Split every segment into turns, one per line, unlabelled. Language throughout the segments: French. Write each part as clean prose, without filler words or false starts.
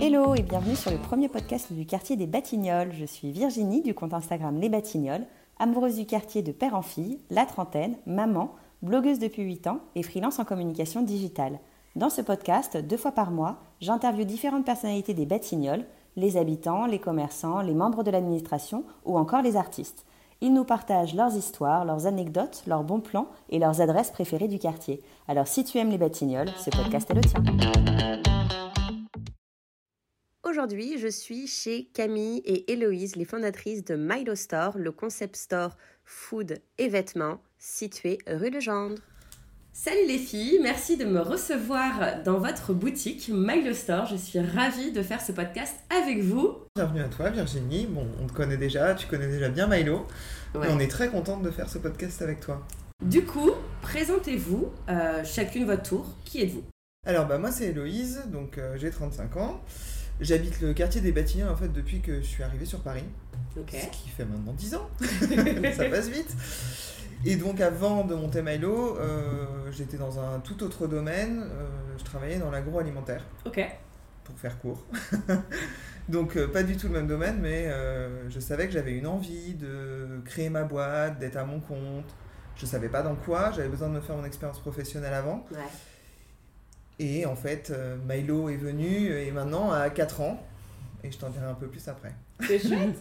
Hello et bienvenue sur le premier podcast du quartier des Batignolles. Je suis Virginie du compte Instagram Les Batignolles, amoureuse du quartier de père en fille, la trentaine, maman, blogueuse depuis 8 ans et freelance en communication digitale. Dans ce podcast, 2 fois par mois, j'interviewe différentes personnalités des Batignolles, les habitants, les commerçants, les membres de l'administration ou encore les artistes. Ils nous partagent leurs histoires, leurs anecdotes, leurs bons plans et leurs adresses préférées du quartier. Alors si tu aimes les Batignolles, ce podcast est le tien. Aujourd'hui, je suis chez Camille et Héloïse, les fondatrices de Milo Store, le concept store food et vêtements situé rue Legendre. Salut les filles, merci de me recevoir dans votre boutique Milo Store. Je suis ravie de faire ce podcast avec vous.
Bienvenue à toi Virginie, bon, on te connaît déjà, tu connais déjà bien Milo, ouais. Et on est très contente de faire ce podcast avec toi.
Du coup, présentez-vous chacune votre tour, qui êtes-vous ?
Alors moi c'est Héloïse, donc j'ai 35 ans. J'habite le quartier des Batignolles en fait depuis que je suis arrivée sur Paris, ce qui fait maintenant 10 ans, ça passe vite. Et donc avant de monter Milo, j'étais dans un tout autre domaine, je travaillais dans l'agroalimentaire, pour faire court. Donc pas du tout le même domaine, mais je savais que j'avais une envie de créer ma boîte, d'être à mon compte. Je savais pas dans quoi, j'avais besoin de me faire mon expérience professionnelle avant. Ouais. Et en fait, Milo est venu et maintenant à 4 ans. Et je t'en dirai un peu plus après.
C'est chouette.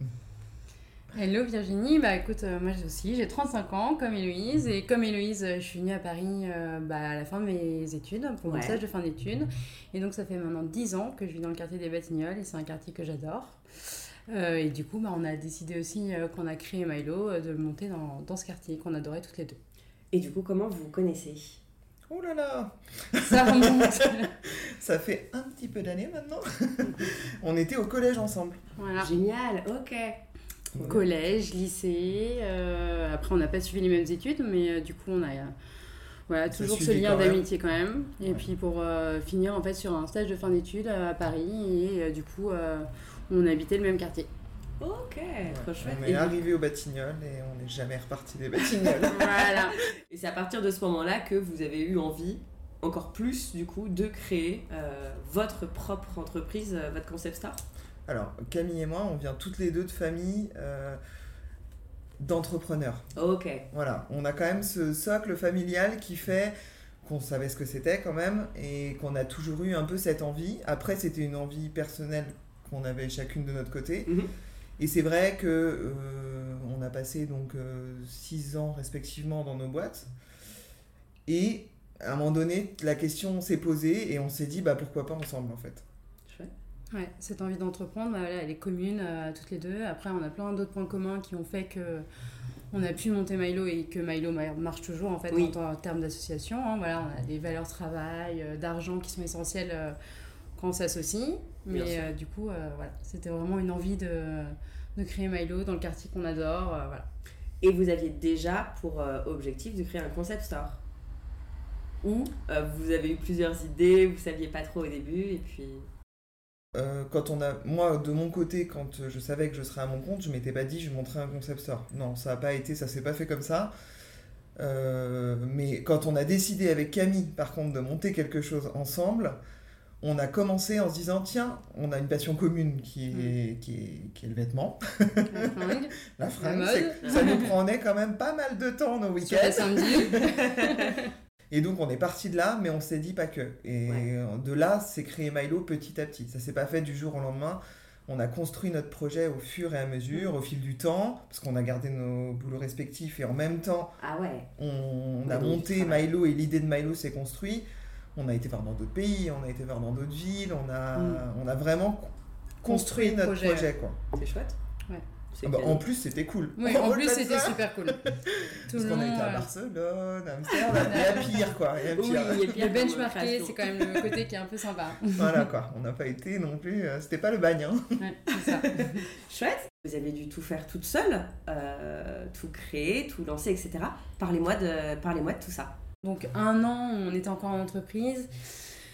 Hello Virginie, écoute, moi aussi j'ai 35 ans comme Héloïse. Et comme Héloïse, je suis venue à Paris à la fin de mes études, pour mon stage de fin d'études. Et donc ça fait maintenant 10 ans que je vis dans le quartier des Batignolles et c'est un quartier que j'adore. Et du coup, on a décidé aussi, quand on a créé Milo, de le monter dans ce quartier qu'on adorait toutes les deux.
Et du coup, comment vous vous connaissez ?
Oh là là,
ça remonte.
Ça fait un petit peu d'années maintenant. On était au collège ensemble.
Voilà. Génial, ok.
Ouais. Collège, lycée. Après, on n'a pas suivi les mêmes études, mais du coup, on a toujours ce lien d'amitié quand même. Et puis pour finir en fait sur un stage de fin d'études à Paris, et du coup, on habitait le même quartier.
Ok, trop chouette.
On est arrivé aux Batignolles et on n'est jamais reparti des Batignolles.
Voilà. Et c'est à partir de ce moment-là que vous avez eu envie, encore plus du coup, de créer votre propre entreprise, votre concept store.
Alors, Camille et moi, on vient toutes les deux de familles d'entrepreneurs.
Ok.
Voilà, on a quand même ce socle familial qui fait qu'on savait ce que c'était quand même et qu'on a toujours eu un peu cette envie. Après, c'était une envie personnelle qu'on avait chacune de notre côté. Mm-hmm. Et c'est vrai que on a passé donc 6 ans respectivement dans nos boîtes. Et à un moment donné, la question s'est posée et on s'est dit pourquoi pas ensemble en fait.
Chouette. Ouais, cette envie d'entreprendre, elle est commune à toutes les deux. Après, on a plein d'autres points communs qui ont fait que on a pu monter Milo et que Milo marche toujours en fait en termes d'association. Hein. Voilà, on a des valeurs travail, d'argent qui sont essentielles quand on s'associe. Mais du coup, c'était vraiment une envie de créer Milo dans le quartier qu'on adore. Voilà.
Et vous aviez déjà pour objectif de créer un concept store ? Ou vous avez eu plusieurs idées, vous ne saviez pas trop au début et puis...
Moi, de mon côté, quand je savais que je serais à mon compte, je m'étais pas dit je monterais un concept store. Non, ça s'est pas fait comme ça. Mais quand on a décidé avec Camille, par contre, de monter quelque chose ensemble, on a commencé en se disant tiens, on a une passion commune qui est le vêtement. La fringue. Ça nous prenait quand même pas mal de temps nos week-ends.
Sur les samedis.
Et donc on est parti de là, mais on s'est dit pas que. Et de là, c'est créé Milo petit à petit. Ça s'est pas fait du jour au lendemain. On a construit notre projet au fur et à mesure, au fil du temps, parce qu'on a gardé nos boulots respectifs et en même temps, on a monté Milo et l'idée de Milo s'est construite. On a été voir dans d'autres pays, on a été voir dans d'autres villes, on a vraiment construit notre projet quoi.
C'est chouette.
Ouais.
En plus, c'était cool.
Oui, en plus, c'était super cool.
Parce qu'on a été à Barcelone, Amsterdam, il y a pire, quoi.
Le benchmarké, c'est quand même le côté qui est un peu sympa.
Voilà, quoi. On n'a pas été non plus... c'était pas le bagne, hein.
Ouais, c'est ça.
Chouette. Vous avez dû tout faire toute seule, tout créer, tout lancer, etc. Parlez-moi de tout ça.
Donc, 1 an, on était encore en entreprise.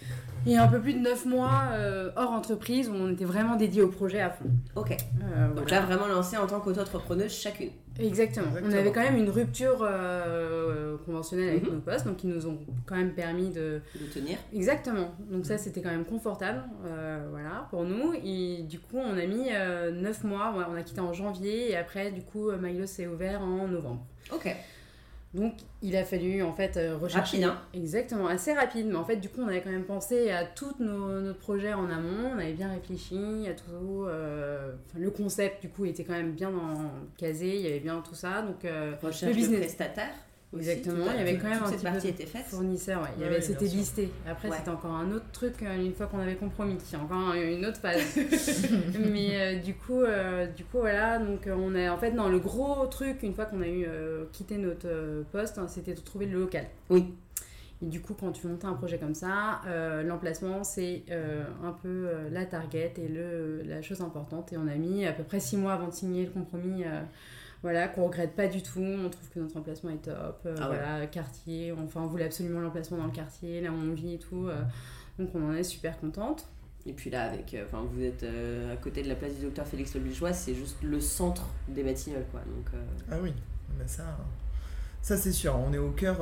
Et un peu plus de 9 mois hors entreprise où on était vraiment dédiés au projet à fond.
Ok. Donc là, vraiment lancé en tant qu'auto-entrepreneuse chacune.
Exactement. On avait quand même une rupture conventionnelle avec nos postes, donc ils nous ont quand même permis de
tenir.
Exactement. Donc ça, c'était quand même confortable, voilà, pour nous. Et du coup, on a mis 9 mois. Ouais, on a quitté en janvier et après, du coup, Milo s'est ouvert en novembre.
Ok.
Donc, il a fallu en fait rechercher.
Rapide, hein.
Exactement, assez rapide. Mais en fait, du coup, on avait quand même pensé à tous nos projets en amont. On avait bien réfléchi à tout. Le concept, du coup, était quand même bien casé. Il y avait bien tout ça. Donc,
recherche
le business.
de prestataire.
Exactement, il y avait quand même un
cette
petit
partie
peu
était faite.
Fournisseur, ouais. C'était listé. Après, c'était encore un autre truc une fois qu'on avait compromis, encore une autre phase. Mais du coup, voilà. Donc, on a en fait le gros truc une fois qu'on a quitté notre poste, c'était de trouver le local.
Oui.
Et du coup, quand tu montes un projet comme ça, l'emplacement c'est un peu la target et la chose importante. Et on a mis à peu près 6 mois avant de signer le compromis. Voilà, qu'on regrette pas du tout, on trouve que notre emplacement est top, voilà, quartier, on voulait absolument l'emplacement dans le quartier, là où on vit et tout, donc on en est super contente.
Et puis là, vous êtes à côté de la place du docteur Félix Lebourgeois, c'est juste le centre des Batignolles, quoi. Donc,
Ah oui, mais ça c'est sûr, on est au cœur,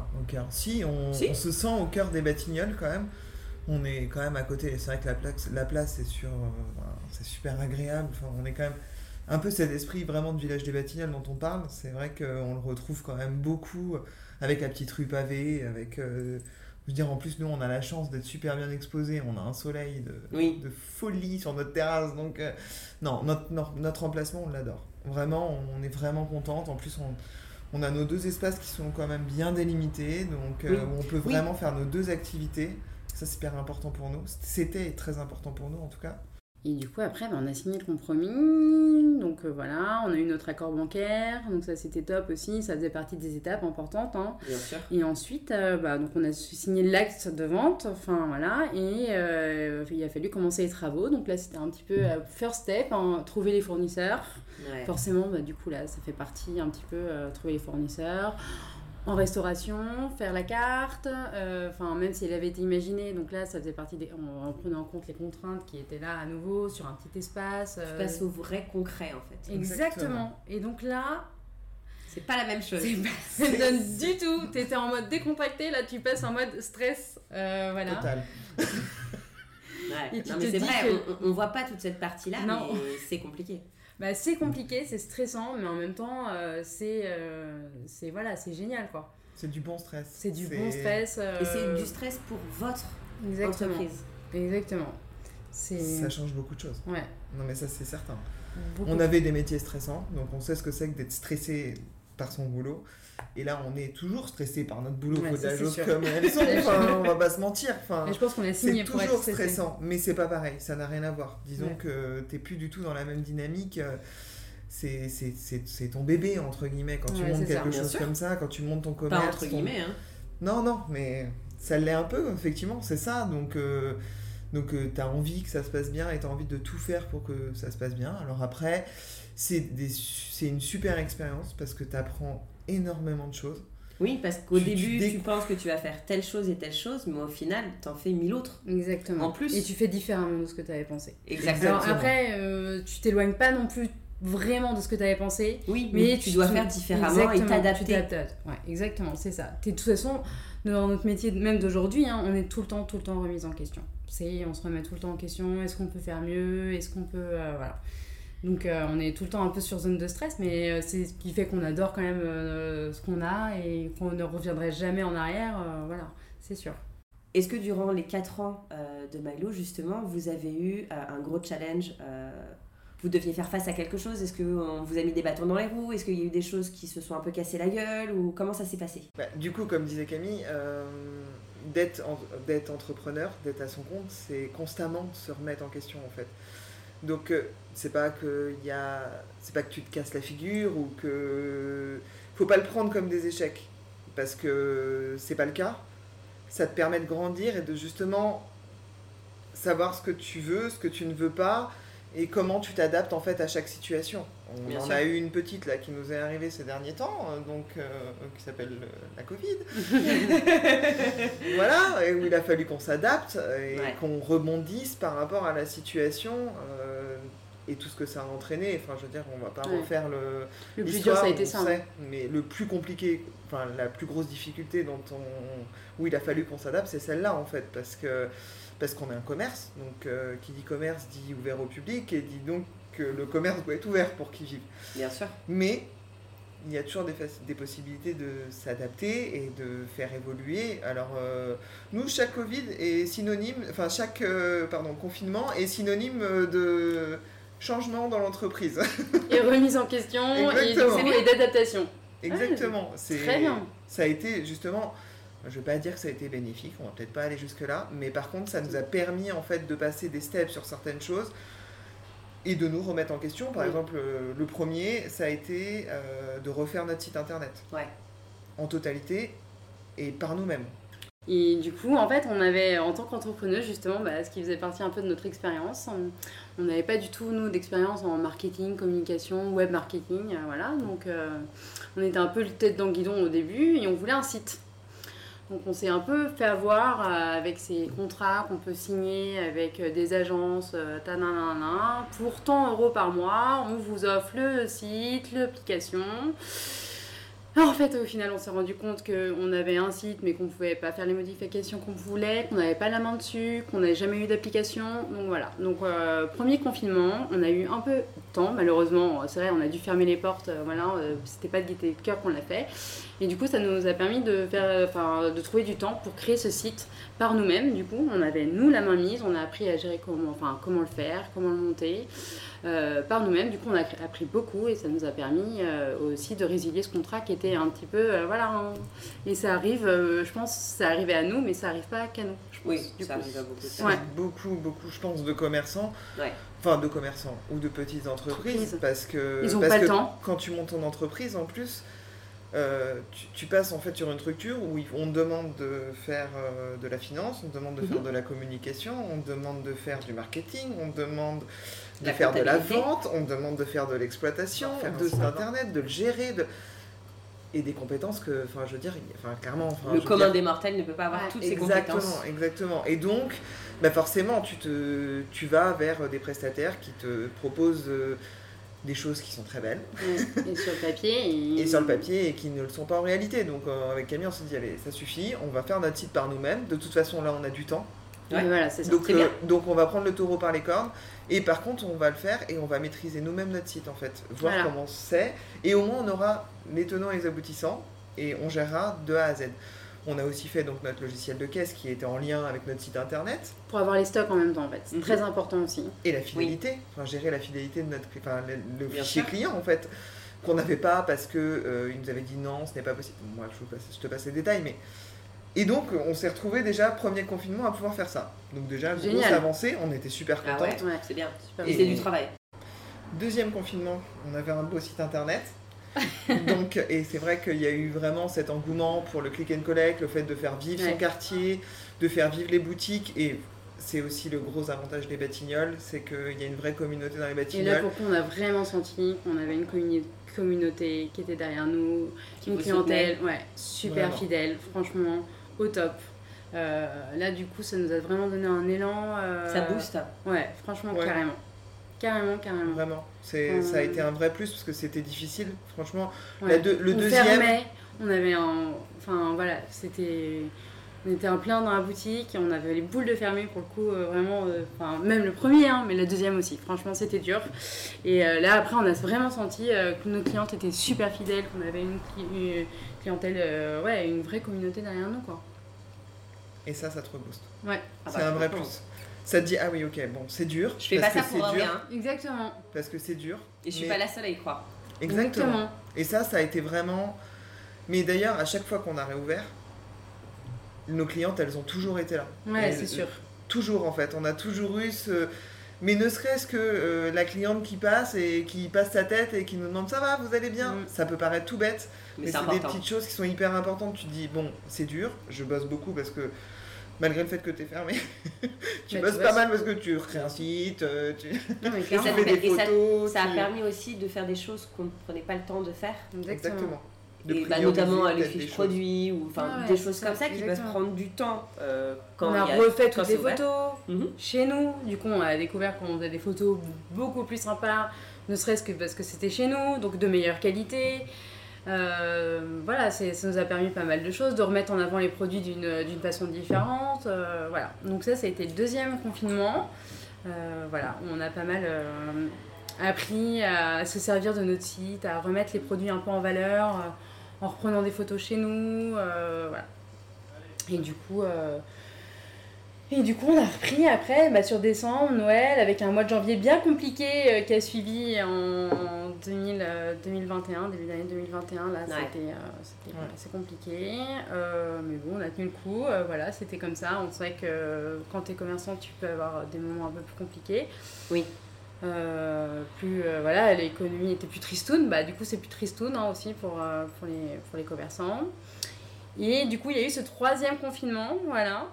on se sent au cœur des Batignolles quand même. On est quand même à côté, c'est vrai que la place est c'est super agréable, on est quand même un peu cet esprit vraiment de village des Batignolles dont on parle. C'est vrai qu'on le retrouve quand même beaucoup avec la petite rue pavée, avec je veux dire, en plus nous on a la chance d'être super bien exposés, on a un soleil de folie sur notre terrasse, donc non, notre emplacement on l'adore, vraiment, on est vraiment contente. En plus on a nos 2 espaces qui sont quand même bien délimités, donc où on peut vraiment faire nos 2 activités. Ça c'est super important pour nous, c'était très important pour nous en tout cas.
Et du coup, après, on a signé le compromis. Donc voilà, on a eu notre accord bancaire. Donc ça, c'était top aussi. Ça faisait partie des étapes importantes. Hein.
Bien sûr.
Et ensuite, donc on a signé l'acte de vente. Enfin voilà. Et il a fallu commencer les travaux. Donc là, c'était un petit peu first step, trouver les fournisseurs.
Ouais.
Forcément, du coup, là, ça fait partie un petit peu trouver les fournisseurs. En restauration, faire la carte, même si elle avait été imaginée, donc là ça faisait partie en prenant en compte les contraintes qui étaient là à nouveau sur un petit espace.
Tu passes au vrai concret en fait.
Exactement. Et donc là,
c'est pas la même chose.
Ça ne donne du tout. T'étais en mode décontracté, là tu passes en mode stress. Voilà.
Total.
Ouais. Non mais c'est vrai, on voit pas toute cette partie-là, mais c'est compliqué.
C'est compliqué, c'est stressant, mais en même temps, c'est génial, quoi.
C'est du bon stress.
C'est du bon stress.
Et c'est du stress pour votre entreprise.
Exactement.
Ça change beaucoup de choses.
Ouais.
Non, mais ça, c'est certain.
Beaucoup.
On avait des métiers stressants, donc on sait ce que c'est que d'être stressé par son boulot. Et là, on est toujours stressé par notre boulot. Faut de la chose comme elles sont. On va pas se mentir.
Mais je pense qu'on a signé pour être
stressé. C'est toujours stressant, mais c'est pas pareil. Ça n'a rien à voir. Disons que t'es plus du tout dans la même dynamique. C'est ton bébé entre guillemets quand tu montes quelque chose comme ça, quand tu montes ton commerce.
Pas entre guillemets. Hein.
Non, mais ça l'est un peu effectivement. C'est ça. Donc t'as envie que ça se passe bien et t'as envie de tout faire pour que ça se passe bien. Alors après, c'est une super expérience parce que t'apprends énormément de choses.
Oui, parce qu'au début, tu penses que tu vas faire telle chose, mais au final, t'en fais 1000 autres.
Exactement.
En plus.
Et tu fais différemment de ce que tu avais pensé.
Exactement.
Alors après, tu t'éloignes pas non plus vraiment de ce que tu avais pensé.
Oui, mais tu dois faire différemment et t'adapter.
Ouais, exactement, c'est ça. De toute façon, dans notre métier, même d'aujourd'hui, on est tout le temps remis en question. On se remet tout le temps en question. Est-ce qu'on peut faire mieux ? Est-ce qu'on peut... voilà. Donc on est tout le temps un peu sur zone de stress, mais c'est ce qui fait qu'on adore quand même ce qu'on a et qu'on ne reviendrait jamais en arrière, voilà, c'est sûr.
Est-ce que durant les 4 ans de Milo, justement, vous avez eu un gros challenge vous deviez faire face à quelque chose ? Est-ce qu'on vous a mis des bâtons dans les roues ? Est-ce qu'il y a eu des choses qui se sont un peu cassées la gueule ? Ou comment ça s'est passé ?
Du coup, comme disait Camille, d'être entrepreneur, d'être à son compte, c'est constamment se remettre en question en fait. Donc c'est pas que tu te casses la figure ou que faut pas le prendre comme des échecs parce que c'est pas le cas. Ça te permet de grandir et de justement savoir ce que tu veux, ce que tu ne veux pas et comment tu t'adaptes en fait à chaque situation. On en a eu une petite là qui nous est arrivée ces derniers temps, qui s'appelle la Covid. Voilà, et où il a fallu qu'on s'adapte et qu'on rebondisse par rapport à la situation et tout ce que ça a entraîné. Enfin, je veux dire, on va pas refaire
le plus dur, ça a été ça.
Mais le plus compliqué, enfin la plus grosse difficulté où il a fallu qu'on s'adapte, c'est celle-là en fait, parce qu'on est un commerce, donc qui dit commerce dit ouvert au public, et dit donc que le commerce doit être ouvert pour qu'il vive.
Bien sûr.
Mais il y a toujours des possibilités de s'adapter et de faire évoluer. Alors, nous, chaque Covid est synonyme, enfin, chaque confinement est synonyme de changement dans l'entreprise.
Et remise en question, et d'adaptation.
Exactement.
C'est très bien.
Ça a été justement... Je ne veux pas dire que ça a été bénéfique, on va peut-être pas aller jusque-là, mais par contre, ça nous a permis en fait de passer des steps sur certaines choses et de nous remettre en question. Par exemple, le premier, ça a été de refaire notre site internet en totalité et par nous-mêmes.
Et du coup, en fait, on avait, en tant qu'entrepreneuse, justement, ce qui faisait partie un peu de notre expérience, on n'avait pas du tout, nous, d'expérience en marketing, communication, web marketing, voilà. Donc, on était un peu le tête dans le guidon au début et on voulait un site. Donc on s'est un peu fait avoir avec ces contrats qu'on peut signer avec des agences, pour tant € par mois, on vous offre le site, l'application. Alors, en fait, au final, on s'est rendu compte qu'on avait un site, mais qu'on ne pouvait pas faire les modifications qu'on voulait, qu'on n'avait pas la main dessus, qu'on n'avait jamais eu d'application. Donc voilà. Donc, premier confinement, on a eu un peu de temps. Malheureusement, c'est vrai, on a dû fermer les portes. C'était pas de gaieté de cœur qu'on l'a fait. Et du coup, ça nous a permis de trouver du temps pour créer ce site par nous-mêmes. Du coup, on avait, nous, la main mise. On a appris à gérer comment le faire, comment le monter. Par nous-mêmes, du coup on a appris beaucoup et ça nous a permis aussi de résilier ce contrat qui était un petit peu et ça arrive, je pense ça arrivait à nous mais ça arrive pas qu'à nous, je pense,
ça arrive à beaucoup.
Ça arrive beaucoup je pense de commerçants, enfin de commerçants ou de petites entreprises parce que
ils ont pas le temps.
Quand tu montes ton entreprise en plus tu passes en fait sur une structure où on te demande de faire de la finance, on te demande de faire de la communication, on te demande de faire du marketing, on te demande de faire de la vente, on te demande de faire de l'exploitation, de site internet, de le gérer, et des compétences que, enfin je veux dire, clairement...
Le commun des mortels ne peut pas avoir toutes ces compétences.
Exactement. Et donc, forcément, tu vas vers des prestataires qui te proposent... des choses qui sont très belles.
Et sur le papier.
Et sur le papier et qui ne le sont pas en réalité. Donc avec Camille, on s'est dit, allez, ça suffit, on va faire notre site par nous-mêmes. De toute façon, là, on a du temps.
Voilà, c'est ça.
Donc on va prendre le taureau par les cornes. Et par contre, on va le faire et on va maîtriser nous-mêmes notre site, en fait. Voir comment c'est. Et au moins, on aura les tenants et les aboutissants. Et on gérera de A à Z. On a aussi fait donc notre logiciel de caisse qui était en lien avec notre site internet.
Pour avoir les stocks en même temps en fait, c'est très important aussi.
Et la fidélité, gérer la fidélité de le fichier client en fait, qu'on n'avait pas parce que ils nous avaient dit non, ce n'est pas possible. Moi je te passe les détails, mais... Et donc on s'est retrouvé déjà, premier confinement, à pouvoir faire ça. Donc déjà, grosse avancée, on était super contents.
C'est bien, super. Et c'est du travail.
Deuxième confinement, on avait un beau site internet. Donc, et c'est vrai qu'il y a eu vraiment cet engouement pour le click and collect, le fait de faire vivre son quartier, de faire vivre les boutiques, et c'est aussi le gros avantage des Batignolles, c'est qu'il y a une vraie communauté dans les Batignolles.
Et là, pour le coup, on a vraiment senti qu'on avait une communauté qui était derrière nous, une clientèle super fidèle, franchement, au top. Là, du coup, ça nous a vraiment donné un élan.
Ça booste.
Ouais, franchement, carrément. Carrément.
Vraiment. Ça a été un vrai plus parce que c'était difficile. Franchement, le
on
deuxième...
fermait, on avait on était en plein dans la boutique et on avait les boules de fermer pour le coup, vraiment, même le premier, mais le deuxième aussi. Franchement, c'était dur. Et là, après, on a vraiment senti que nos clientes étaient super fidèles, qu'on avait une clientèle, une vraie communauté derrière nous, quoi.
Et ça te rebooste.
Ouais.
C'est un vrai plus. Ça te dit, ah oui, ok, bon, c'est dur.
Je fais pas ça pour rien.
Exactement.
Parce que c'est dur.
Et je suis pas la seule à y croire.
Exactement. Et ça a été vraiment... Mais d'ailleurs, à chaque fois qu'on a réouvert, nos clientes, elles ont toujours été là.
Ouais, c'est sûr.
Toujours, en fait. On a toujours eu ce... Mais ne serait-ce que la cliente qui passe et qui passe sa tête et qui nous demande, ça va, vous allez bien ? Ça peut paraître tout bête, mais c'est des petites choses qui sont hyper importantes. Tu te dis, bon, c'est dur, je bosse beaucoup parce que malgré le fait que tu es fermé. Tu bosses pas mal parce que tu recrées un site, tu fais des photos.
Ça a permis aussi de faire des choses qu'on ne prenait pas le temps de faire.
Exactement.
Et notamment les fiches produits ou des choses comme ça qui peuvent prendre du temps.
Quand on a refait toutes les photos chez nous. Du coup, on a découvert qu'on faisait des photos beaucoup plus sympas, ne serait-ce que parce que c'était chez nous, donc de meilleure qualité. Voilà, ça nous a permis pas mal de choses, de remettre en avant les produits d'une façon différente. Voilà. Donc ça a été le deuxième confinement. Voilà, on a pas mal appris à se servir de notre site, à remettre les produits un peu en valeur, en reprenant des photos chez nous. Voilà. Et du coup, on a repris après sur décembre, Noël, avec un mois de janvier bien compliqué qui a suivi en 2021, début d'année 2021. Là, c'était assez compliqué. Mais bon, on a tenu le coup. Voilà, c'était comme ça. On sait que quand tu es commerçant, tu peux avoir des moments un peu plus compliqués.
Oui.
Voilà, l'économie était plus tristoune. Du coup, c'est plus tristoune aussi pour les commerçants. Et du coup, il y a eu ce troisième confinement. Voilà.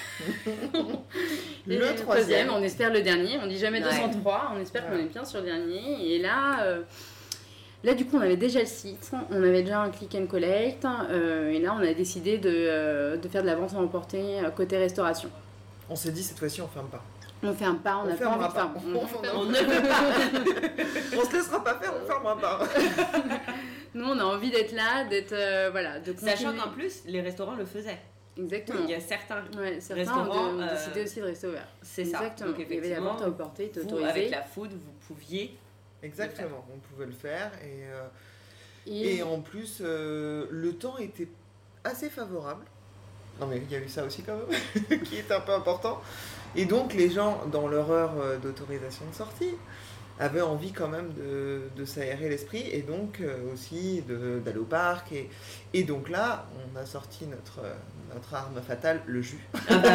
Le troisième,
on espère le dernier, on dit jamais 203, on espère qu'on est bien sur le dernier. Et là, du coup, on avait déjà le site, on avait déjà un click and collect, et là, on a décidé de faire de la vente à emporter côté restauration.
On s'est dit cette fois-ci, on ferme pas.
On ferme pas, on n'a pas envie de faire.
On ne peut pas. On se laissera pas faire, on fermera pas.
Nous, on a envie d'être là, de continuer.
Sachant qu'en plus, les restaurants le faisaient.
Exactement.
Il y a certains
restaurants ont décidé aussi de rester ouverts.
C'est ça.
Exactement. Donc, il y avait la vente à emporter, autorisée.
Avec la food, vous pouviez.
Exactement, on pouvait le faire. Et en plus, le temps était assez favorable. Non mais il y a eu ça aussi quand même, qui est un peu important. Et donc les gens, dans leur heure d'autorisation de sortie, avaient envie quand même de s'aérer l'esprit et donc aussi d'aller au parc. Et donc là, on a sorti notre arme fatale, le jus.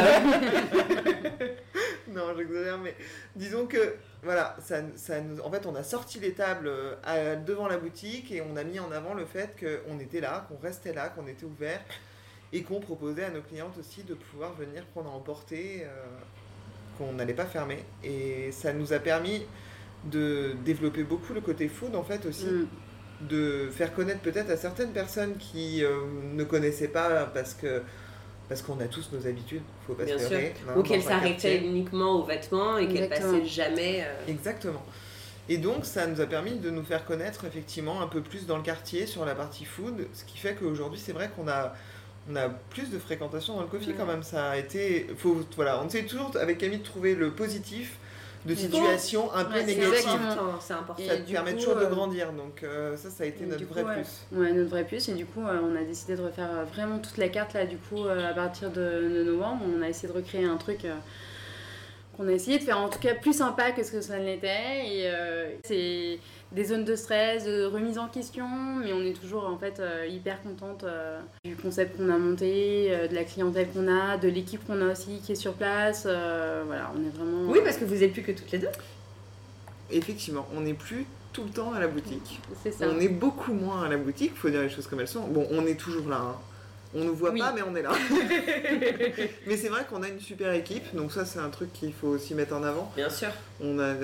Non, j'exagère, mais disons que voilà, en fait, on a sorti les tables devant la boutique et on a mis en avant le fait qu'on était là, qu'on restait là, qu'on était ouvert et qu'on proposait à nos clientes aussi de pouvoir venir prendre à emporter, qu'on n'allait pas fermer. Et ça nous a permis de développer beaucoup le côté food en fait aussi, de faire connaître peut-être à certaines personnes qui ne connaissaient pas parce qu'on a tous nos habitudes, faut pas se leurrer.
Ou qu'elles s'arrêtaient uniquement aux vêtements et qu'elles passaient jamais...
Exactement. Et donc ça nous a permis de nous faire connaître effectivement un peu plus dans le quartier sur la partie food, ce qui fait qu'aujourd'hui c'est vrai qu'on a plus de fréquentation dans le coffee quand même. Ça a été... on essaie toujours avec Camille de trouver le positif de situation un peu négative.
C'est important.
Ça te permet toujours de grandir. Donc ça a été notre vrai plus.
Ouais, notre vrai plus. Et du coup, on a décidé de refaire vraiment toute la carte là. Du coup, à partir de novembre, on a essayé de recréer un truc qu'on a essayé de faire en tout cas plus sympa que ce que ça l'était. Et c'est des zones de stress, de remise en question, mais on est toujours en fait hyper contente du concept qu'on a monté, de la clientèle qu'on a, de l'équipe qu'on a aussi qui est sur place. Voilà, on est vraiment...
Oui, parce que vous n'êtes plus que toutes les deux.
Effectivement, on n'est plus tout le temps à la boutique.
C'est ça.
On est beaucoup moins à la boutique, il faut dire les choses comme elles sont. Bon, on est toujours là, hein. On ne nous voit pas, mais on est là. Mais c'est vrai qu'on a une super équipe, donc ça c'est un truc qu'il faut aussi mettre en avant.
Bien sûr.
On a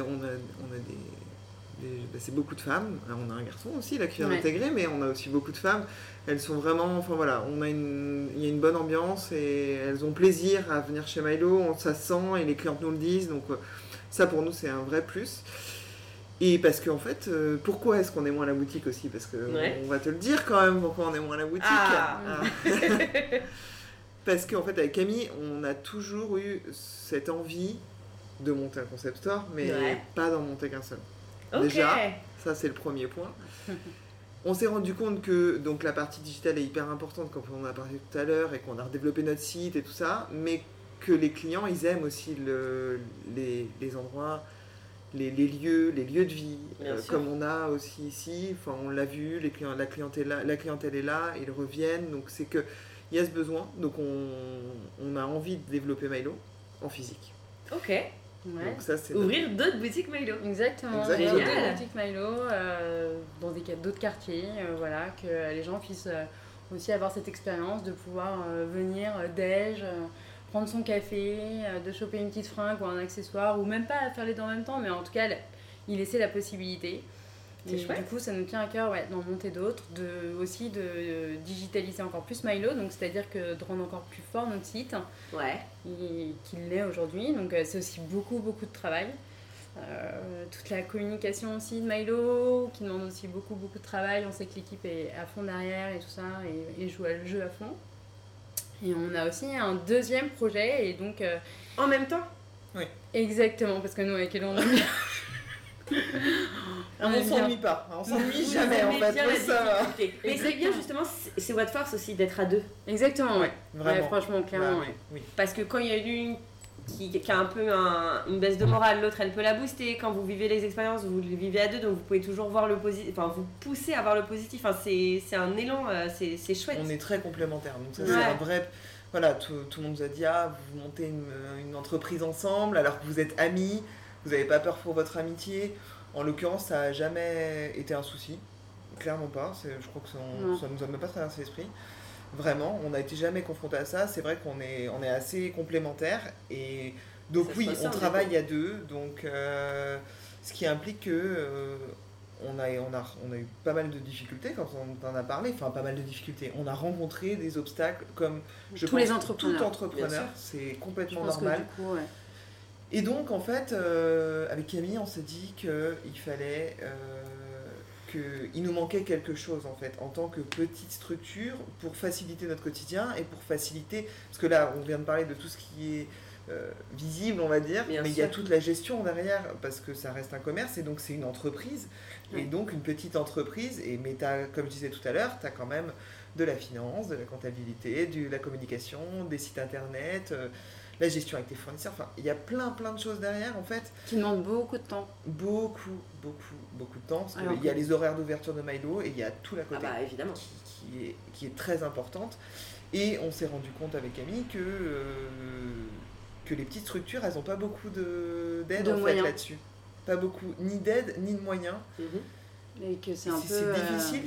c'est beaucoup de femmes. On a un garçon aussi là qui vient d'intégrer, mais on a aussi beaucoup de femmes. Elles sont vraiment, enfin voilà, il y a une bonne ambiance et elles ont plaisir à venir chez Milo. Ça se sent et les clientes nous le disent, donc ça pour nous c'est un vrai plus. Et parce qu'en fait, pourquoi est-ce qu'on est moins à la boutique aussi ? Parce que on va te le dire quand même pourquoi on est moins à la boutique. Parce qu'en fait, avec Camille, on a toujours eu cette envie de monter un concept store, mais pas d'en monter qu'un seul. Déjà, ça c'est le premier point. On s'est rendu compte que donc, la partie digitale est hyper importante, comme on en a parlé tout à l'heure, et qu'on a redéveloppé notre site et tout ça, mais que les clients, ils aiment aussi les endroits... Les lieux de vie, comme on a aussi ici, enfin on l'a vu, la clientèle est là, ils reviennent, donc c'est qu'il y a ce besoin, donc on a envie de développer Milo en physique.
Ok.
Donc ça, c'est
ouvrir d'autres boutiques Milo.
Exactement.
Exactement.
D'autres boutiques Milo dans d'autres quartiers, voilà, que les gens puissent aussi avoir cette expérience de pouvoir venir déj, prendre son café, de choper une petite fringue ou un accessoire, ou même pas faire les deux en même temps, mais en tout cas, il laissait la possibilité. Et du coup, ça nous tient à cœur d'en monter d'autres, aussi de digitaliser encore plus Milo, donc c'est-à-dire que de rendre encore plus fort notre site, qu'il l'est aujourd'hui. Donc c'est aussi beaucoup de travail. Toute la communication aussi de Milo, qui demande aussi beaucoup de travail. On sait que l'équipe est à fond derrière et tout ça, et joue le jeu à fond. Et on a aussi un deuxième projet, et donc...
En même temps ?
Oui.
Exactement, parce que nous, avec Hello,
on s'ennuie pas, on s'ennuie jamais en fait.
Mais c'est bien justement, c'est votre force aussi d'être à deux.
Exactement,
ouais. Vraiment.
Ouais, franchement, clairement.
Oui.
Parce que quand il y a une qui a un peu une baisse de morale, l'autre elle peut la booster. Quand vous vivez les expériences, vous les vivez à deux, donc vous pouvez toujours voir le positif, enfin vous poussez à voir le positif. Enfin, c'est un élan, c'est chouette.
On est très complémentaires, donc ça c'est un vrai. Voilà, tout le monde nous a dit vous montez une entreprise ensemble alors que vous êtes amis, vous n'avez pas peur pour votre amitié. En l'occurrence, ça n'a jamais été un souci, clairement pas. Je crois que ça nous a même pas traversé l'esprit. Vraiment, on n'a été jamais confronté à ça. C'est vrai qu'on est assez complémentaires. Et donc oui, on travaille à deux. Donc, ce qui implique que on a eu pas mal de difficultés quand on en a parlé. Enfin, pas mal de difficultés. On a rencontré des obstacles comme
tous les entrepreneurs.
Tout entrepreneur, c'est complètement normal.
Du coup,
Et donc, en fait, avec Camille, on s'est dit qu'il fallait... qu'il nous manquait quelque chose en fait en tant que petite structure pour faciliter notre quotidien et pour faciliter, parce que là on vient de parler de tout ce qui est visible on va dire, mais il y a toute la gestion derrière parce que ça reste un commerce et donc c'est une entreprise et donc une petite entreprise mais comme je disais tout à l'heure, tu as quand même de la finance, de la comptabilité, de la communication, des sites internet, la gestion avec tes fournisseurs, enfin il y a plein de choses derrière en fait.
Qui demandent beaucoup de temps.
Beaucoup de temps, parce qu'il y a les horaires d'ouverture de Milo et il y a tout la côté
évidemment.
Qui est très importante. Et on s'est rendu compte avec Camille que les petites structures, elles n'ont pas beaucoup d'aide en fait là-dessus. Pas beaucoup, ni d'aide, ni de moyens.
Et que c'est
difficile,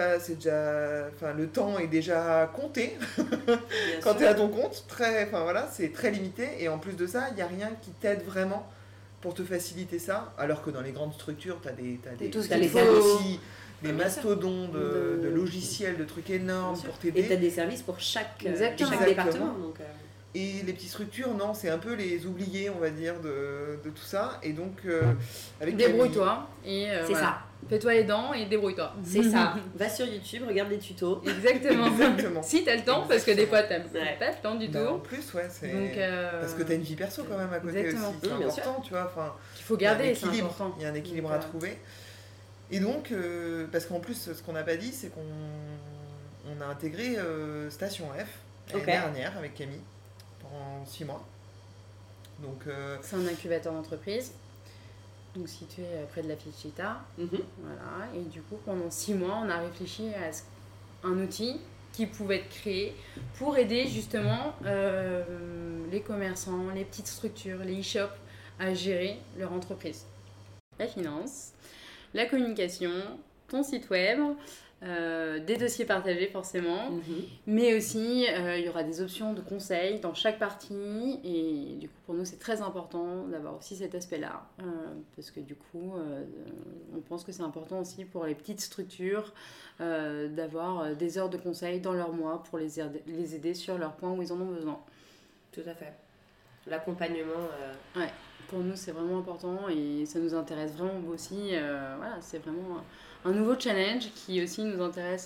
enfin le temps est déjà compté quand tu es à ton compte, c'est très limité et en plus de ça, il n'y a rien qui t'aide vraiment pour te faciliter ça, alors que dans les grandes structures, tu as aussi des mastodontes de logiciels, de trucs énormes pour t'aider.
Et tu as des services pour chaque département. Donc,
Et les petites structures, non, c'est un peu les oubliés, on va dire, de tout ça. Et donc, avec
débrouille-toi. Et
c'est ça.
Fais-toi les dents et débrouille-toi.
C'est ça. Va sur YouTube, regarde des tutos.
Exactement. Si t'as le temps, parce que des fois t'as pas le temps du tout.
En plus, c'est... Donc, parce que t'as une vie perso quand même à côté aussi. C'est important, tu vois.
Il faut garder, c'est important.
Il y a un équilibre à trouver. Et donc, parce qu'en plus, ce qu'on n'a pas dit, c'est qu'on a intégré Station F l'année dernière avec Camille pendant 6 mois. Donc,
c'est un incubateur d'entreprise. Donc situé près de la Fichita. Voilà. Et du coup, pendant 6 mois, on a réfléchi à un outil qui pouvait être créé pour aider justement les commerçants, les petites structures, les e-shops à gérer leur entreprise. La finance, la communication, ton site web, des dossiers partagés forcément, mais aussi il y aura des options de conseils dans chaque partie et du coup pour nous c'est très important d'avoir aussi cet aspect-là parce que du coup on pense que c'est important aussi pour les petites structures d'avoir des heures de conseils dans leur mois pour les aider sur leurs points où ils en ont besoin.
Tout à fait. L'accompagnement.
Ouais, pour nous c'est vraiment important et ça nous intéresse vraiment aussi. Voilà, c'est vraiment un nouveau challenge qui aussi nous intéresse.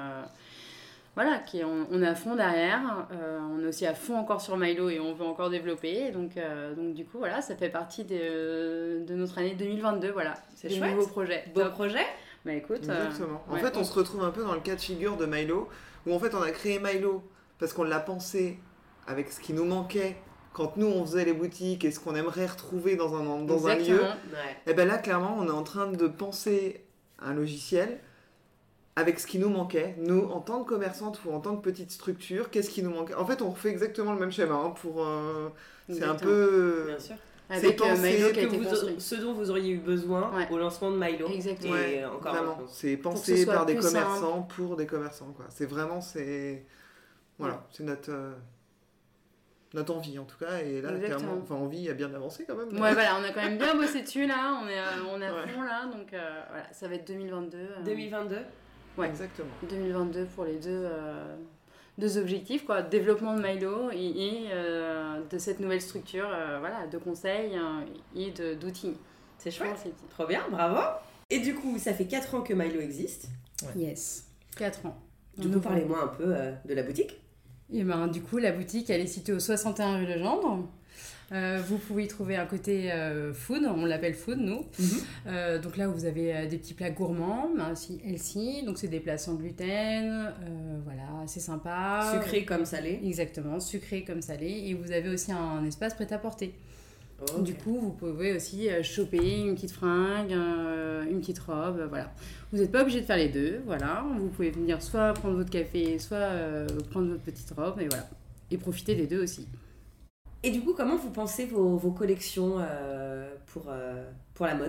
Voilà, on est à fond derrière. On est aussi à fond encore sur Milo et on veut encore développer. Donc du coup, voilà, ça fait partie de notre année 2022. Voilà, c'est des nouveaux projets.
Beau projet.
Bah écoute.
Exactement. En fait, on se retrouve un peu dans le cas de figure de Milo, où en fait, on a créé Milo parce qu'on l'a pensé avec ce qui nous manquait. Quand nous, on faisait les boutiques et ce qu'on aimerait retrouver dans un lieu, et ben là, clairement, on est en train de penser un logiciel avec ce qui nous manquait. Nous, en tant que commerçante ou en tant que petite structure, qu'est-ce qui nous manquait ? En fait, on refait exactement le même schéma. C'est un peu...
Bien sûr.
Avec Milo qui a été construit.
Ce dont vous auriez eu besoin au lancement de Milo.
Exactement.
Et encore
vraiment, c'est pensé par des commerçants pour des commerçants. Quoi. C'est vraiment... Voilà, c'est notre... notre envie en tout cas, et là clairement, envie a bien avancé quand même.
Ouais, voilà, on a quand même bien bossé dessus là, on est à fond là, donc voilà, ça va être 2022.
2022
Ouais, exactement.
2022 pour les deux objectifs, quoi, développement de Milo et de cette nouvelle structure, voilà, de conseils et d'outils.
C'est chouette, trop bien, bravo. Et du coup, ça fait 4 ans que Milo existe.
Ouais. Yes, 4 ans.
Du coup, parlez-moi un peu de la boutique.
Et ben, du coup, la boutique, elle est située au 61 rue Legendre. Vous pouvez y trouver un côté food, on l'appelle food, nous. Donc là où vous avez des petits plats gourmands, aussi healthy, donc c'est des plats sans gluten, voilà, c'est sympa.
Sucré comme salé.
Exactement, sucré comme salé. Et vous avez aussi un espace prêt-à-porter. Okay. Du coup, vous pouvez aussi choper une petite fringue, une petite robe, voilà. Vous n'êtes pas obligé de faire les deux, voilà. Vous pouvez venir soit prendre votre café, soit prendre votre petite robe, et voilà. Et profiter des deux aussi.
Et du coup, comment vous pensez vos collections pour la mode ?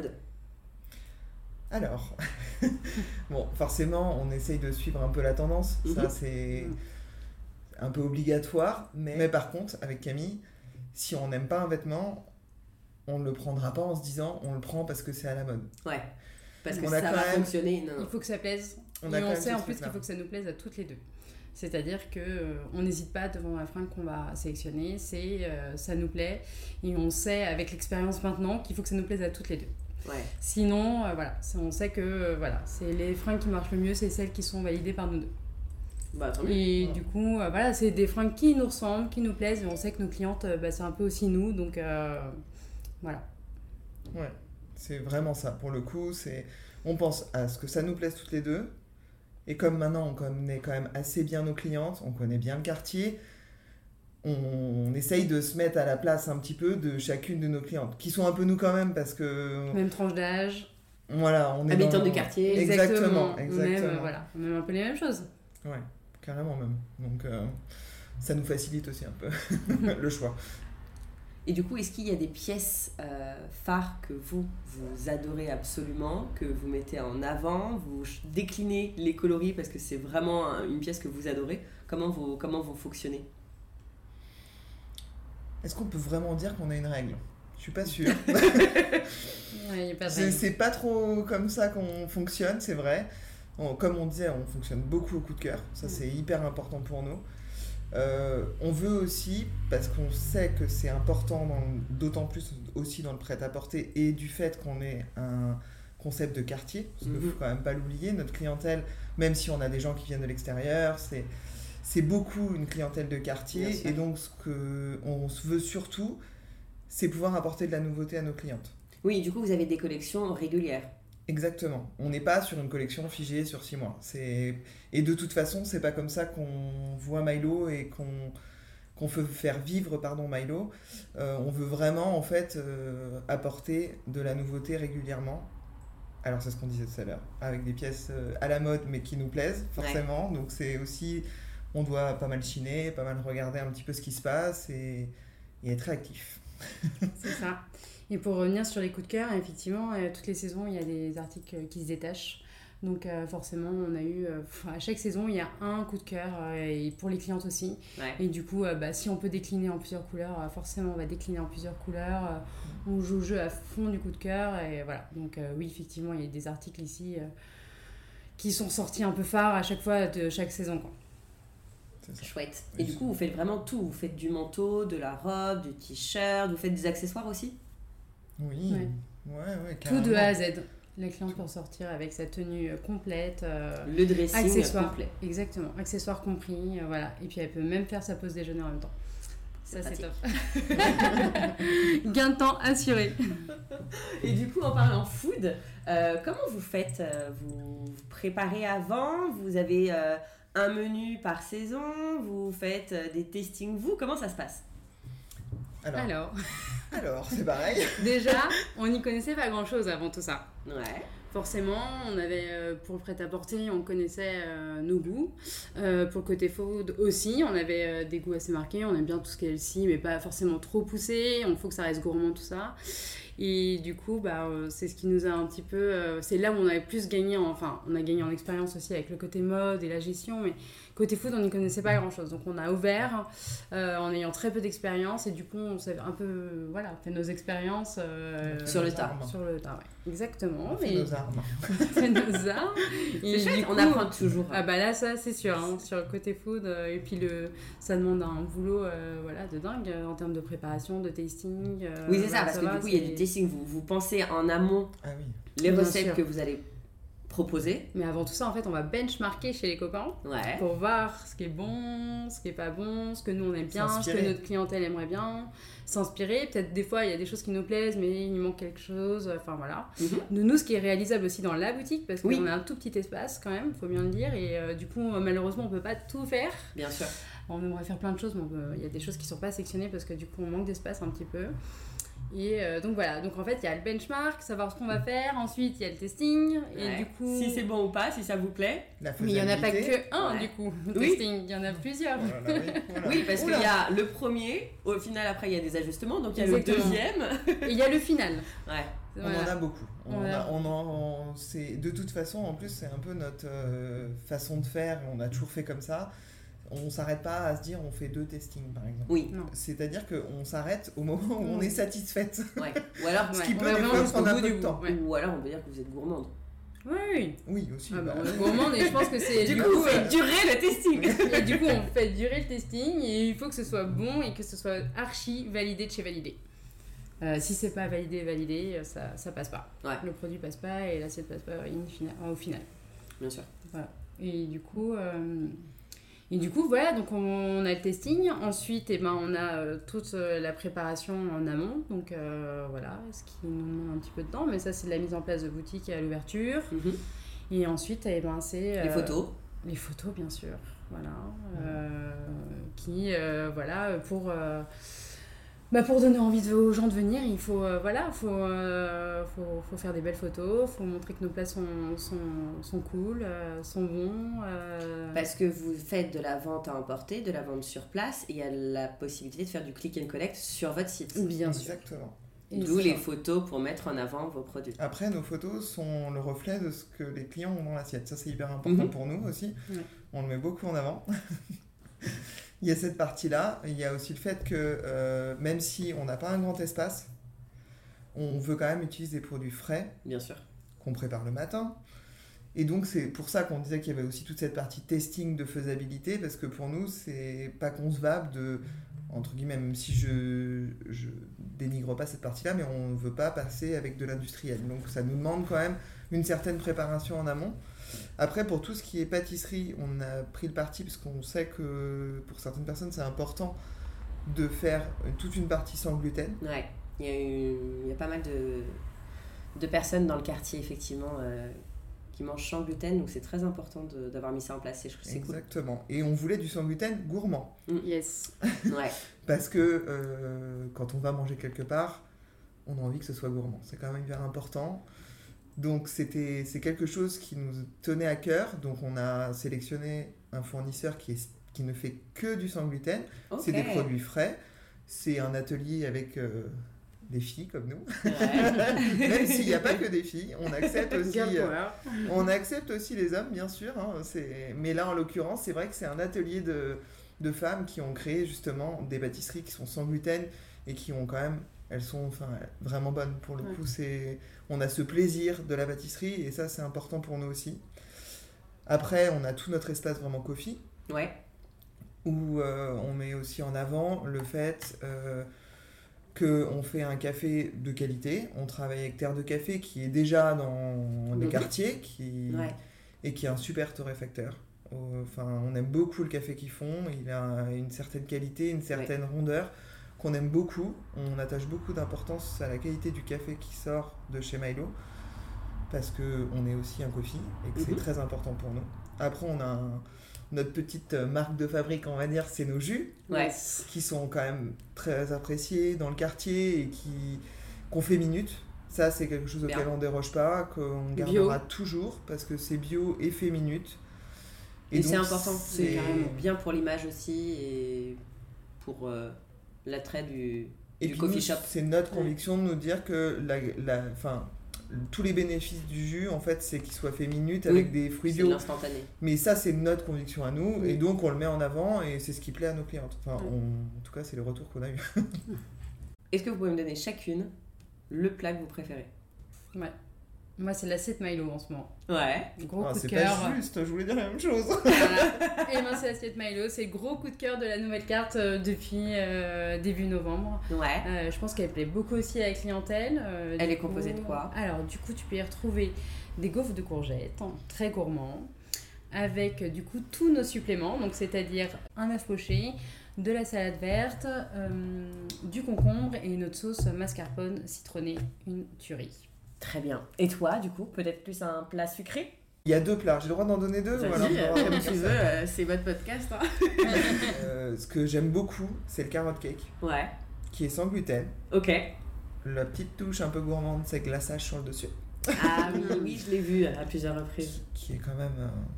Alors, bon, forcément, on essaye de suivre un peu la tendance. Ça, c'est un peu obligatoire. Mais par contre, avec Camille, si on n'aime pas un vêtement, on ne le prendra pas en se disant on le prend parce que c'est à la mode.
Ouais, parce que ça va fonctionner. Non.
Il faut que ça plaise. Et on sait en plus qu'il faut que ça nous plaise à toutes les deux. C'est-à-dire qu'on n'hésite pas devant la fringue qu'on va sélectionner, ça nous plaît. Et on sait avec l'expérience maintenant qu'il faut que ça nous plaise à toutes les deux.
Ouais.
Sinon, voilà, on sait que voilà, c'est les fringues qui marchent le mieux, c'est celles qui sont validées par nous deux.
Bah,
et du coup, voilà, c'est des fringues qui nous ressemblent, qui nous plaisent. Et on sait que nos clientes, c'est un peu aussi nous. Donc, voilà.
Ouais, c'est vraiment ça. Pour le coup, on pense à ce que ça nous plaise toutes les deux. Et comme maintenant, on connaît quand même assez bien nos clientes, on connaît bien le quartier, on essaye de se mettre à la place un petit peu de chacune de nos clientes, qui sont un peu nous quand même, parce que...
Même tranche d'âge.
Voilà, on est
habitants du quartier.
Exactement.
On aime un peu les mêmes choses.
Ouais, carrément même. Donc, ça nous facilite aussi un peu le choix.
Et du coup, est-ce qu'il y a des pièces phares que vous adorez absolument, que vous mettez en avant, vous déclinez les coloris parce que c'est vraiment une pièce que vous adorez? Comment vous fonctionnez?
Est-ce qu'on peut vraiment dire qu'on a une règle? Je suis pas sûre.
Ouais,
c'est pas trop comme ça qu'on fonctionne, c'est vrai. Comme on disait, on fonctionne beaucoup au coup de cœur. Ça, c'est hyper important pour nous. On veut aussi, parce qu'on sait que c'est important, d'autant plus aussi dans le prêt-à-porter, et du fait qu'on ait un concept de quartier, parce qu'il ne faut quand même pas l'oublier, notre clientèle, même si on a des gens qui viennent de l'extérieur, c'est beaucoup une clientèle de quartier, et donc ce qu'on veut surtout, c'est pouvoir apporter de la nouveauté à nos clientes.
Oui, du coup vous avez des collections régulières.
Exactement. On n'est pas sur une collection figée sur 6 mois. Et de toute façon, c'est pas comme ça qu'on voit Milo et qu'on veut faire vivre Milo. On veut vraiment en fait apporter de la nouveauté régulièrement. Alors c'est ce qu'on disait tout à l'heure, avec des pièces à la mode mais qui nous plaisent forcément. Ouais. Donc c'est aussi, on doit pas mal chiner, pas mal regarder un petit peu ce qui se passe et être réactif.
C'est ça. Et pour revenir sur les coups de cœur, effectivement, toutes les saisons, il y a des articles qui se détachent. Donc forcément, on a eu, à chaque saison, il y a un coup de cœur, et pour les clientes aussi. Ouais. Et du coup, si on peut décliner en plusieurs couleurs, forcément, on va décliner en plusieurs couleurs. On joue au jeu à fond du coup de cœur. Et voilà. Donc oui, effectivement, il y a des articles ici qui sont sortis un peu phares à chaque fois de chaque saison, quoi.
Chouette. Et du coup, vous faites vraiment tout. Vous faites du manteau, de la robe, du t-shirt, vous faites des accessoires aussi?
Oui, ouais,
tout de A à Z. La cliente peut sortir avec sa tenue complète.
Le dressing
accessoires
complet.
Exactement, accessoires compris, voilà. Et puis elle peut même faire sa pause déjeuner en même temps. Ça, c'est top. Gain de temps assuré.
Et du coup, en parlant food, comment vous faites? Vous préparez avant? Vous avez un menu par saison? Vous faites des tastings vous? Comment ça se passe?
Alors, c'est pareil.
Déjà, on n'y connaissait pas grand-chose avant tout ça.
Ouais.
Forcément, on avait, pour le prêt-à-porter, on connaissait nos goûts. Pour le côté food aussi, on avait des goûts assez marqués. On aime bien tout ce qui est healthy, mais pas forcément trop poussé. Il faut que ça reste gourmand, tout ça. Et du coup, c'est ce qui nous a un petit peu... c'est là où on avait plus gagné, on a gagné en expérience aussi avec le côté mode et la gestion, mais côté food, on n'y connaissait pas grand-chose. Donc on a ouvert en ayant très peu d'expérience et du coup, on s'est un peu fait nos expériences...
sur le tas.
Sur le tas, ouais. Exactement.
On fait nos armes.
On fait nos armes.
C'est chouette, on apprend toujours.
Ah bah là, ça, c'est sûr, sur le côté food. Et puis, ça demande un boulot de dingue en termes de préparation, de tasting.
Oui, c'est ça, parce que du coup, il y a du tasting. Vous pensez en amont les recettes que vous allez proposer.
Mais avant tout ça, en fait, on va benchmarker chez les copains pour voir ce qui est bon, ce qui est pas bon, ce que nous on aime bien, ce que notre clientèle aimerait bien, s'inspirer. Peut-être des fois, il y a des choses qui nous plaisent, mais il nous manque quelque chose. Enfin voilà. De nous, ce qui est réalisable aussi dans la boutique, parce qu'on a un tout petit espace quand même, faut bien le dire. Et du coup, malheureusement, on peut pas tout faire.
Bien sûr.
On aimerait faire plein de choses, mais il y a des choses qui sont pas sectionnées parce que du coup, on manque d'espace un petit peu. Et donc voilà, donc en fait il y a le benchmark, savoir ce qu'on va faire, ensuite il y a le testing, et du coup...
Si c'est bon ou pas, si ça vous plaît.
Mais il n'y en a pas que un du coup, le testing, il y en a plusieurs.
Oui, parce qu'il y a le premier, au final après il y a des ajustements, donc il y a le deuxième.
Et il y a le final.
On en a beaucoup. De toute façon, en plus c'est un peu notre façon de faire, on a toujours fait comme ça. On s'arrête pas à se dire on fait 2 testings par exemple.
Oui.
Non.
C'est-à-dire qu'on s'arrête au moment où on est satisfaite.
Ouais. Ou alors,
ce qui peut des fois prendre un peu de temps.
Ou alors on peut dire que vous êtes gourmande.
Oui,
aussi.
On est gourmande et je pense que c'est...
du coup, vous faites durer le testing.
Et du coup, on fait durer le testing et il faut que ce soit bon et que ce soit archi validé de chez validé. Si c'est pas validé, ça passe pas.
Ouais.
Le produit passe pas et l'assiette passe pas au final.
Bien sûr.
Voilà. Et du coup, voilà, donc on a le testing. Ensuite, on a toute la préparation en amont. Donc voilà, ce qui nous demande un petit peu de temps. Mais ça, c'est de la mise en place de boutique et à l'ouverture. Et ensuite, c'est...
les photos.
Les photos, bien sûr. Voilà. Pour donner envie aux gens de venir, il faut faire des belles photos, faut montrer que nos plats sont cool, sont bons.
Parce que vous faites de la vente à emporter, de la vente sur place, et il y a la possibilité de faire du click and collect sur votre site.
Bien sûr.
Exactement.
D'où les photos pour mettre en avant vos produits.
Après, nos photos sont le reflet de ce que les clients ont dans l'assiette. Ça, c'est hyper important pour nous aussi. Ouais. On le met beaucoup en avant. Il y a cette partie-là. Il y a aussi le fait que même si on n'a pas un grand espace, on veut quand même utiliser des produits frais.
Bien sûr.
Qu'on prépare le matin. Et donc, c'est pour ça qu'on disait qu'il y avait aussi toute cette partie testing de faisabilité, parce que pour nous, c'est pas concevable de, entre guillemets, même si je dénigre pas cette partie-là, mais on ne veut pas passer avec de l'industriel. Donc, ça nous demande quand même une certaine préparation en amont. Après, pour tout ce qui est pâtisserie, on a pris le parti parce qu'on sait que pour certaines personnes, c'est important de faire toute une partie sans gluten.
Ouais, il y a pas mal de personnes dans le quartier, effectivement, qui mangent sans gluten, donc c'est très important d'avoir mis ça en place. C'est
exactement.
Cool.
Et on voulait du sans gluten gourmand.
Yes.
Ouais.
Parce que quand on va manger quelque part, on a envie que ce soit gourmand. C'est quand même hyper important. Donc c'est quelque chose qui nous tenait à cœur. Donc on a sélectionné un fournisseur qui ne fait que du sans gluten. Okay. C'est des produits frais. C'est un atelier avec des filles comme nous. Ouais. Même s'il n'y a pas que des filles, on accepte aussi les hommes, bien sûr. Hein, mais là, en l'occurrence, c'est vrai que c'est un atelier de femmes qui ont créé justement des pâtisseries qui sont sans gluten et qui ont quand même... Elles sont vraiment bonnes pour le coup. On a ce plaisir de la pâtisserie et ça, c'est important pour nous aussi. Après, on a tout notre espace vraiment coffee.
Ouais.
Où on met aussi en avant le fait qu'on fait un café de qualité. On travaille avec Terre de Café qui est déjà dans les quartiers et qui est un super torréfacteur. On aime beaucoup le café qu'ils font. Il a une certaine qualité, une certaine rondeur qu'on aime beaucoup. On attache beaucoup d'importance à la qualité du café qui sort de chez Milo parce qu'on est aussi un coffee et que c'est très important pour nous. Après, on a notre petite marque de fabrique, on va dire, c'est nos jus qui sont quand même très appréciés dans le quartier et qu'on fait minute. Ça, c'est quelque chose auquel on ne déroge pas, qu'on gardera toujours parce que c'est bio et fait minute.
Et donc, c'est important, c'est carrément bien pour l'image aussi et pour... l'attrait
Et du coffee shop. C'est notre conviction de nous dire que tous les bénéfices du jus, en fait, c'est qu'il soit fait minute avec des fruits bio.
C'est l'instantané.
Mais ça, c'est notre conviction à nous, et donc on le met en avant, et c'est ce qui plaît à nos clientes. Enfin, en tout cas, c'est le retour qu'on a eu.
Est-ce que vous pouvez me donner chacune le plat que vous préférez?
Ouais. Moi, c'est l'assiette Milo en ce moment.
Ouais.
Gros coup de
c'est
cœur.
pas juste, je voulais dire la même chose.
Voilà. Et moi, c'est l'assiette Milo. C'est le gros coup de cœur de la nouvelle carte depuis début novembre.
Ouais.
Je pense qu'elle plaît beaucoup aussi à la clientèle.
Elle est composée de quoi?
Alors, du coup, tu peux y retrouver des gaufres de courgettes, très gourmands, avec du coup tous nos suppléments, donc c'est-à-dire un œuf poché, de la salade verte, du concombre et notre sauce mascarpone citronnée, une tuerie.
Très bien. Et toi, du coup, peut-être plus un plat sucré?
Il y a 2 plats, j'ai le droit d'en donner 2?
Vas-y, comme tu veux, c'est votre podcast. Hein.
Ce que j'aime beaucoup, c'est le carrot cake.
Ouais.
Qui est sans gluten.
Ok.
La petite touche un peu gourmande, c'est glaçage sur le dessus.
Ah oui, je l'ai vu à plusieurs reprises.
Qui est quand même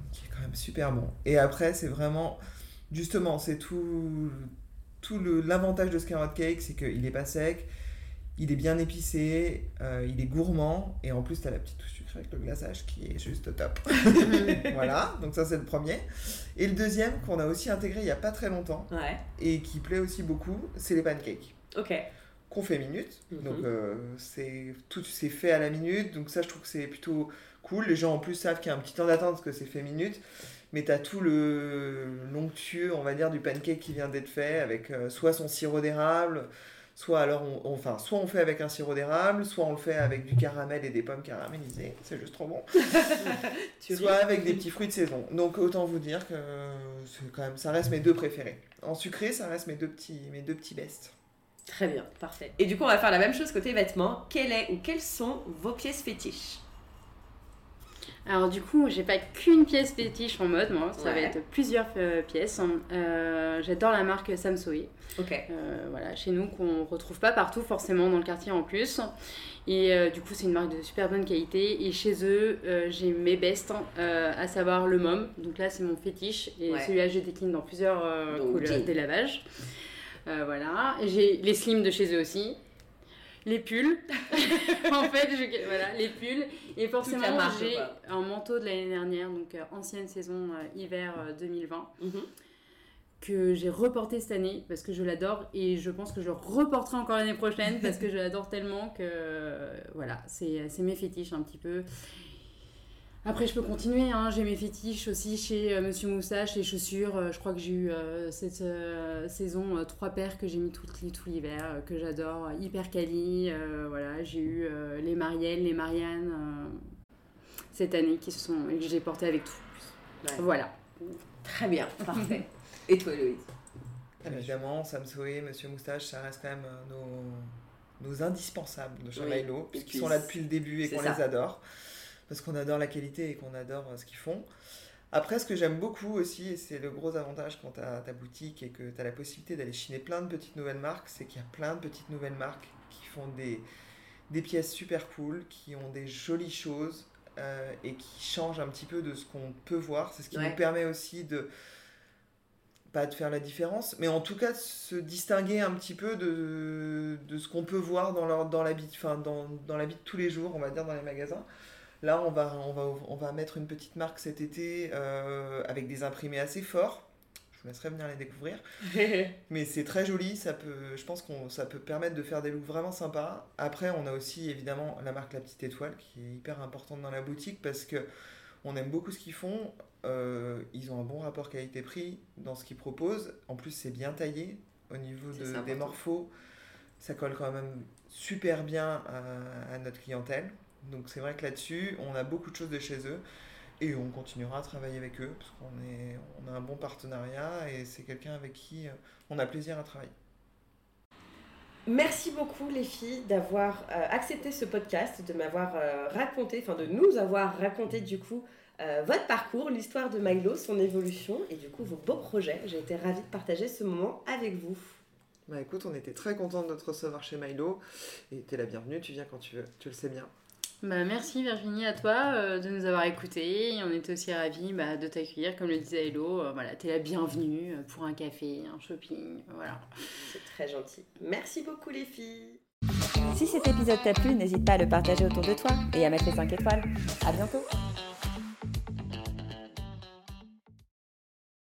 super bon. Et après, c'est vraiment... Justement, c'est tout l'avantage de ce carrot cake, c'est qu'il est pas sec, il est bien épicé, il est gourmand, et en plus, t'as la petite touche sucrée avec le glaçage qui est juste top. Voilà, donc ça, c'est le premier. Et le deuxième, qu'on a aussi intégré il y a pas très longtemps, et qui plaît aussi beaucoup, c'est les pancakes.
Ok.
Qu'on fait minute, donc c'est fait à la minute, donc ça je trouve que c'est plutôt cool. Les gens en plus savent qu'il y a un petit temps d'attente parce que c'est fait minute, mais t'as tout le l'onctueux, on va dire, du pancake qui vient d'être fait avec soit son sirop d'érable, soit alors soit on fait avec un sirop d'érable, soit on le fait avec du caramel et des pommes caramélisées, c'est juste trop bon. Soit avec des petits fruits de saison. Donc autant vous dire que ça reste mes 2 préférés. En sucré, ça reste mes deux petits bests.
Très bien, parfait. Et du coup, on va faire la même chose côté vêtements. Quelle est ou quelles sont vos pièces fétiches?
Alors du coup, j'ai pas qu'une pièce fétiche en mode, moi, ça va être plusieurs pièces. J'adore la marque Samsoe.
Ok.
Voilà, chez nous, qu'on retrouve pas partout forcément dans le quartier en plus. Et du coup, c'est une marque de super bonne qualité. Et chez eux, j'ai mes bests, à savoir le môme. Donc là, c'est mon fétiche. Et celui-là, je décline dans plusieurs couleurs des lavages. Voilà. J'ai les slims de chez eux aussi. Les pulls. En fait, voilà, les pulls. Et forcément, j'ai un manteau de l'année dernière, donc ancienne saison hiver 2020, que j'ai reporté cette année parce que je l'adore. Et je pense que je le reporterai encore l'année prochaine parce que je l'adore tellement que voilà, c'est mes fétiches un petit peu. Après, je peux continuer, hein. J'ai mes fétiches aussi chez Monsieur Moustache, les chaussures. Je crois que j'ai eu cette saison 3 paires que j'ai mis tout l'hiver, que j'adore, hyper quali. Voilà, j'ai eu les Marielle, les Marianne cette année que j'ai portées avec tout. Ouais. Voilà.
Très bien, parfait. Et toi, Héloïse?
Évidemment, Samsoe, Monsieur Moustache, ça reste quand même nos indispensables de chez Milo, puisqu'ils sont là depuis le début et qu'on les adore. Parce qu'on adore la qualité et qu'on adore ce qu'ils font. Après, ce que j'aime beaucoup aussi, et c'est le gros avantage quand tu as ta boutique et que tu as la possibilité d'aller chiner plein de petites nouvelles marques, c'est qu'il y a plein de petites nouvelles marques qui font des pièces super cool, qui ont des jolies choses et qui changent un petit peu de ce qu'on peut voir. C'est ce qui nous permet aussi pas de faire la différence, mais en tout cas de se distinguer un petit peu de ce qu'on peut voir dans la vie de tous les jours, on va dire, dans les magasins. Là, on va mettre une petite marque cet été avec des imprimés assez forts. Je vous laisserai venir les découvrir. Mais c'est très joli. Je pense que ça peut permettre de faire des looks vraiment sympas. Après, on a aussi évidemment la marque La Petite Étoile qui est hyper importante dans la boutique parce qu'on aime beaucoup ce qu'ils font. Ils ont un bon rapport qualité-prix dans ce qu'ils proposent. En plus, c'est bien taillé au niveau des morphos. Ça colle quand même super bien à notre clientèle. Donc c'est vrai que là-dessus, on a beaucoup de choses de chez eux et on continuera à travailler avec eux parce qu'on a un bon partenariat et c'est quelqu'un avec qui on a plaisir à travailler.
Merci beaucoup les filles d'avoir accepté ce podcast, de m'avoir de nous avoir raconté du coup votre parcours, l'histoire de Milo, son évolution et du coup vos beaux projets. J'ai été ravie de partager ce moment avec vous.
Écoute, on était très contents de te recevoir chez Milo et t'es la bienvenue, tu viens quand tu veux, tu le sais bien.
Merci Virginie à toi de nous avoir écoutés. On était aussi ravis de t'accueillir, comme le disait Hello. T'es la bienvenue pour un café, un shopping. Voilà.
C'est très gentil. Merci beaucoup les filles.
Si cet épisode t'a plu, n'hésite pas à le partager autour de toi et à mettre les 5 étoiles. À bientôt.